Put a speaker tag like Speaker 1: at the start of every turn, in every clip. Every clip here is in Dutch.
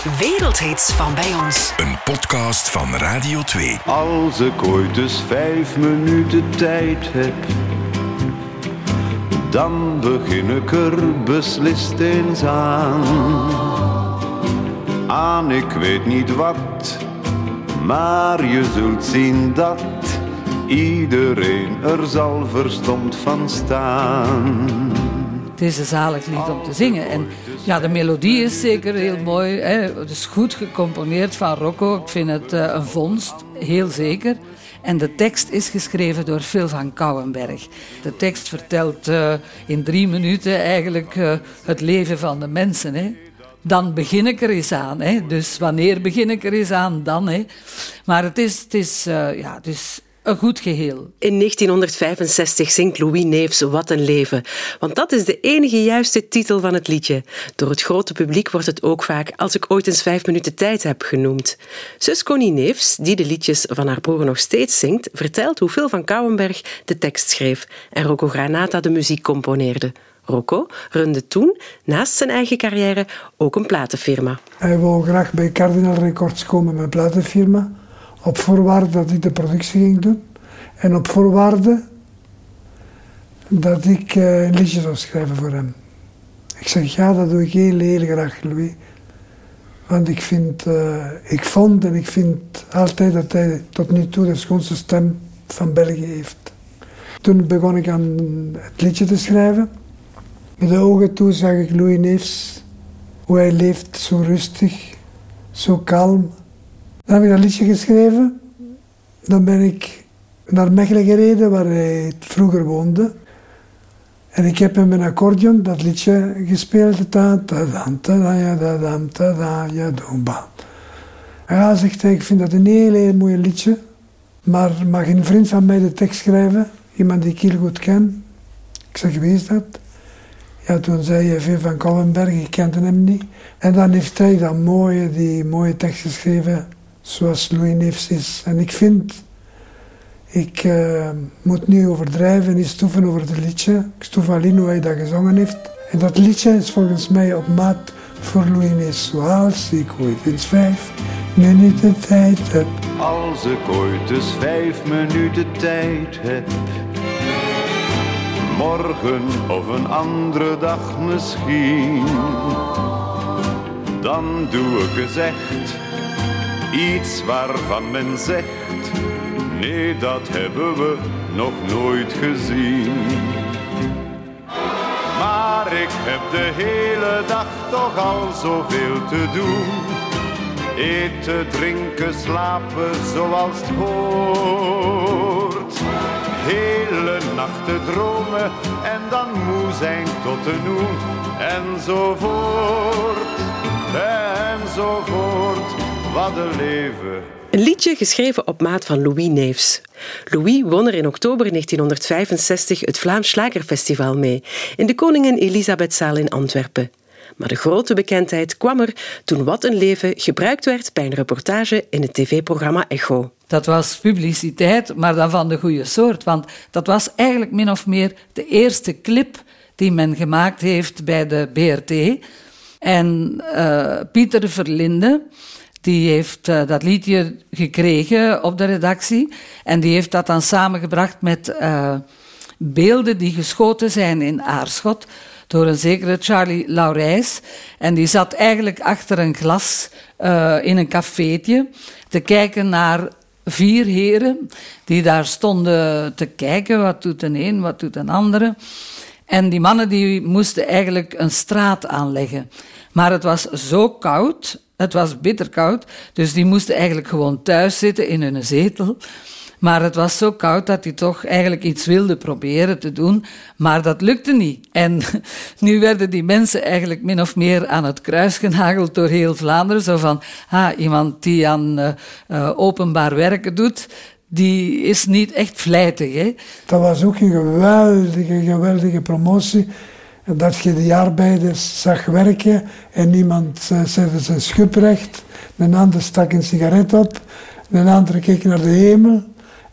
Speaker 1: Wereldhits van bij ons.
Speaker 2: Een podcast van Radio 2.
Speaker 3: Als ik ooit eens 5 minuten tijd heb, dan begin ik er beslist eens aan. Ik weet niet wat, maar je zult zien dat iedereen er zal verstomd van staan.
Speaker 4: Het is een zalig lied om te zingen. En ja, de melodie is zeker heel mooi. Hè. Het is goed gecomponeerd van Rocco. Ik vind het een vondst, heel zeker. En de tekst is geschreven door Phil van Kouwenberg. De tekst vertelt in 3 minuten eigenlijk het leven van de mensen. Hè. Dan begin ik er eens aan. Hè. Dus wanneer begin ik er eens aan? Dan. Hè. Maar het is een goed geheel.
Speaker 1: In 1965 zingt Louis Neefs Wat een leven. Want dat is de enige juiste titel van het liedje. Door het grote publiek wordt het ook vaak Als ik ooit eens 5 minuten tijd heb genoemd. Zus Connie Neefs, die de liedjes van haar broer nog steeds zingt, vertelt hoe Phil van Kouwenberg de tekst schreef en Rocco Granata de muziek componeerde. Rocco runde toen, naast zijn eigen carrière, ook een platenfirma.
Speaker 5: Hij wou graag bij Cardinal Records komen met een platenfirma. Op voorwaarde dat ik de productie ging doen. En op voorwaarde dat ik een liedje zou schrijven voor hem. Ik zeg, ja, dat doe ik heel graag, Louis. Want ik vind altijd dat hij tot nu toe de schoonste stem van België heeft. Toen begon ik aan het liedje te schrijven. Met de ogen toe zag ik Louis Neefs, hoe hij leeft, zo rustig, zo kalm. Dan heb ik dat liedje geschreven. Dan ben ik naar Mechelen gereden, waar hij vroeger woonde. En ik heb met mijn accordeon dat liedje gespeeld. Ja, zegt hij, ik vind dat een heel mooi liedje. Maar mag een vriend van mij de tekst schrijven? Iemand die ik heel goed ken. Ik zeg, wie is dat? Ja, toen zei hij Phil van Kouwenberg, ik kende hem niet. En dan heeft hij die mooie tekst geschreven, zoals Louis Neefs is. En ik vind, ik moet nu overdrijven en niet stoeven over het liedje. Ik stoef alleen hoe hij dat gezongen heeft. En dat liedje is volgens mij op maat voor Louis Neefs. Zoals ik ooit eens 5 minuten tijd heb.
Speaker 3: Als ik ooit eens 5 minuten tijd heb, morgen of een andere dag misschien, dan doe ik eens echt iets waarvan men zegt, nee, dat hebben we nog nooit gezien. Maar ik heb de hele dag toch al zoveel te doen. Eten, drinken, slapen zoals het hoort. Hele nachten dromen en dan moe zijn tot de noen. Enzovoort, enzovoort. Wat een leven.
Speaker 1: Een liedje geschreven op maat van Louis Neefs. Louis won er in oktober 1965 het Vlaams Schlagerfestival mee in de Koningin Elisabethzaal in Antwerpen. Maar de grote bekendheid kwam er toen Wat een leven gebruikt werd bij een reportage in het tv-programma Echo.
Speaker 4: Dat was publiciteit, maar dan van de goede soort. Want dat was eigenlijk min of meer de eerste clip die men gemaakt heeft bij de BRT. En Pieter Verlinde, die heeft dat liedje gekregen op de redactie. En die heeft dat dan samengebracht met beelden die geschoten zijn in Aarschot door een zekere Charlie Laurijs. En die zat eigenlijk achter een glas in een cafeetje te kijken naar 4 heren die daar stonden te kijken. Wat doet de een, wat doet de andere? En die mannen die moesten eigenlijk een straat aanleggen. Maar het was zo koud, het was bitterkoud, dus die moesten eigenlijk gewoon thuis zitten in hun zetel. Maar het was zo koud dat hij toch eigenlijk iets wilde proberen te doen, maar dat lukte niet. En nu werden die mensen eigenlijk min of meer aan het kruis genageld door heel Vlaanderen. Zo van, iemand die aan openbaar werken doet, die is niet echt vlijtig. Hè?
Speaker 5: Dat was ook een geweldige promotie. Dat je die arbeiders zag werken en iemand zette zijn schub recht, een ander stak een sigaret op, een andere keek naar de hemel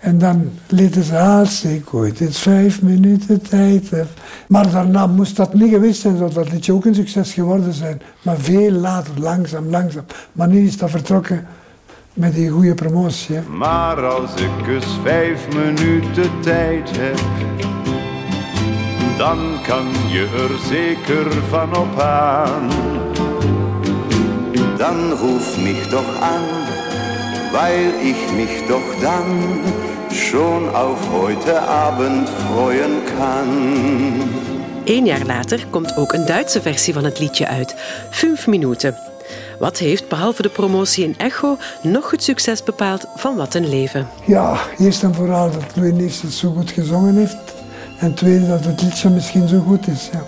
Speaker 5: En dan lieten ze als ik ooit eens 5 minuten tijd heb. Maar daarna moest dat niet geweest zijn, zou dat liedje ook een succes geworden zijn. Maar veel later, langzaam. Maar nu is dat vertrokken met die goede promotie. Hè.
Speaker 3: Maar als ik eens 5 minuten tijd heb, dan kan je er zeker van op aan.
Speaker 6: Dan ruf mich doch an, weil ich mich doch dann schon auf heute Abend freuen kann.
Speaker 1: 1 jaar later komt ook een Duitse versie van het liedje uit, 5 minuten. Wat heeft, behalve de promotie in Echo, nog het succes bepaald van Wat een leven?
Speaker 5: Ja, eerst en vooral dat Louis Neefs het zo goed gezongen heeft. En tweede, dat het liedje misschien zo goed is. Ja.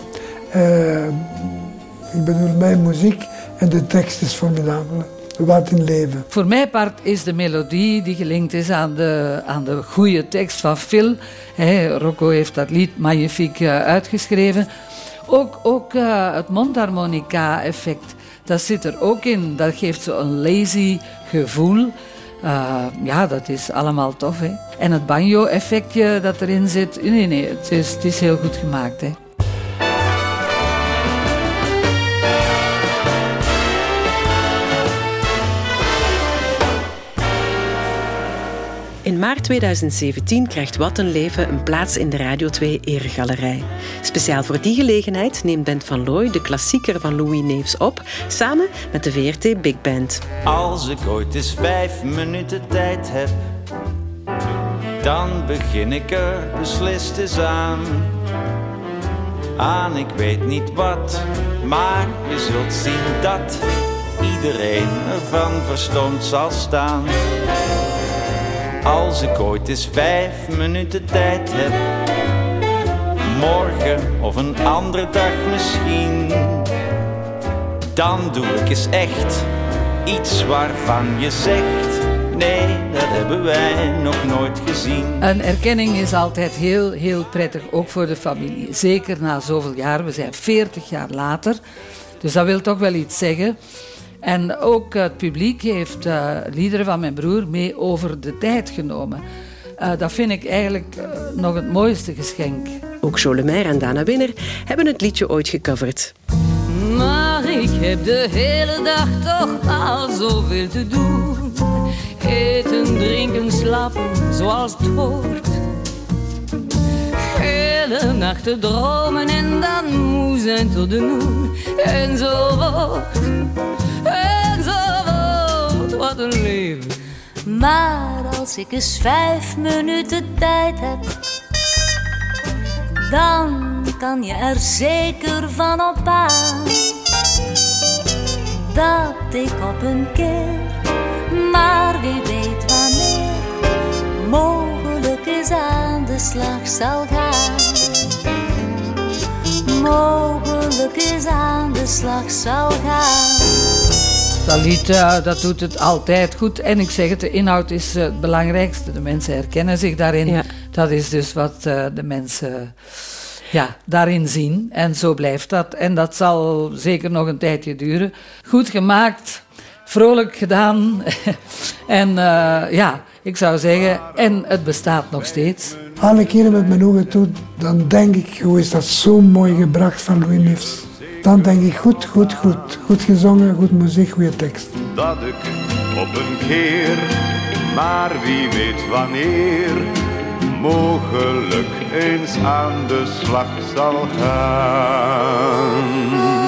Speaker 5: Ik bedoel, mijn muziek en de tekst is formidabel. Wat een leven.
Speaker 4: Voor mijn part is de melodie die gelinkt is aan de goede tekst van Phil. Rocco heeft dat lied magnifiek uitgeschreven. Ook het mondharmonica-effect, dat zit er ook in. Dat geeft zo een lazy gevoel. Ja, dat is allemaal tof. Hè? En het banjo-effectje dat erin zit, nee, het is heel goed gemaakt. Hè?
Speaker 1: In maart 2017 krijgt Wat een leven een plaats in de Radio 2 Eregalerij. Speciaal voor die gelegenheid neemt Bent van Looy de klassieker van Louis Neefs op, samen met de VRT Big Band.
Speaker 7: Als ik ooit eens 5 minuten tijd heb, dan begin ik er beslist eens aan. Aan ik weet niet wat, maar je zult zien dat iedereen ervan verstomd zal staan. Als ik ooit eens 5 minuten tijd heb, morgen of een andere dag misschien, dan doe ik eens echt iets waarvan je zegt, nee, dat hebben wij nog nooit gezien.
Speaker 4: Een erkenning is altijd heel, heel prettig, ook voor de familie. Zeker na zoveel jaar, we zijn 40 jaar later, dus dat wil toch wel iets zeggen. En ook het publiek heeft liederen van mijn broer mee over de tijd genomen. Dat vind ik eigenlijk nog het mooiste geschenk.
Speaker 1: Ook Jo Lemaire en Dana Winner hebben het liedje ooit gecoverd.
Speaker 8: Maar ik heb de hele dag toch al zoveel te doen. Eten, drinken, slapen zoals het hoort. Hele nachten dromen en dan moe zijn tot de noen. Enzovoort. Wat een leven.
Speaker 9: Maar als ik eens 5 minuten tijd heb, dan kan je er zeker van op aan dat ik op een keer, maar wie weet wanneer, mogelijk eens aan de slag zal gaan. Mogelijk eens aan de slag zal gaan.
Speaker 4: Dat lied, dat doet het altijd goed. En ik zeg het, de inhoud is het belangrijkste. De mensen herkennen zich daarin. Ja. Dat is dus wat de mensen daarin zien. En zo blijft dat. En dat zal zeker nog een tijdje duren. Goed gemaakt, vrolijk gedaan. En ik zou zeggen, en het bestaat nog steeds.
Speaker 5: Alle keren met mijn ogen toe, dan denk ik, hoe is dat zo mooi gebracht van Louis Neefs. Dan denk ik, goed gezongen, goed muziek, goede tekst.
Speaker 3: Dat ik op een keer, maar wie weet wanneer, mogelijk eens aan de slag zal gaan.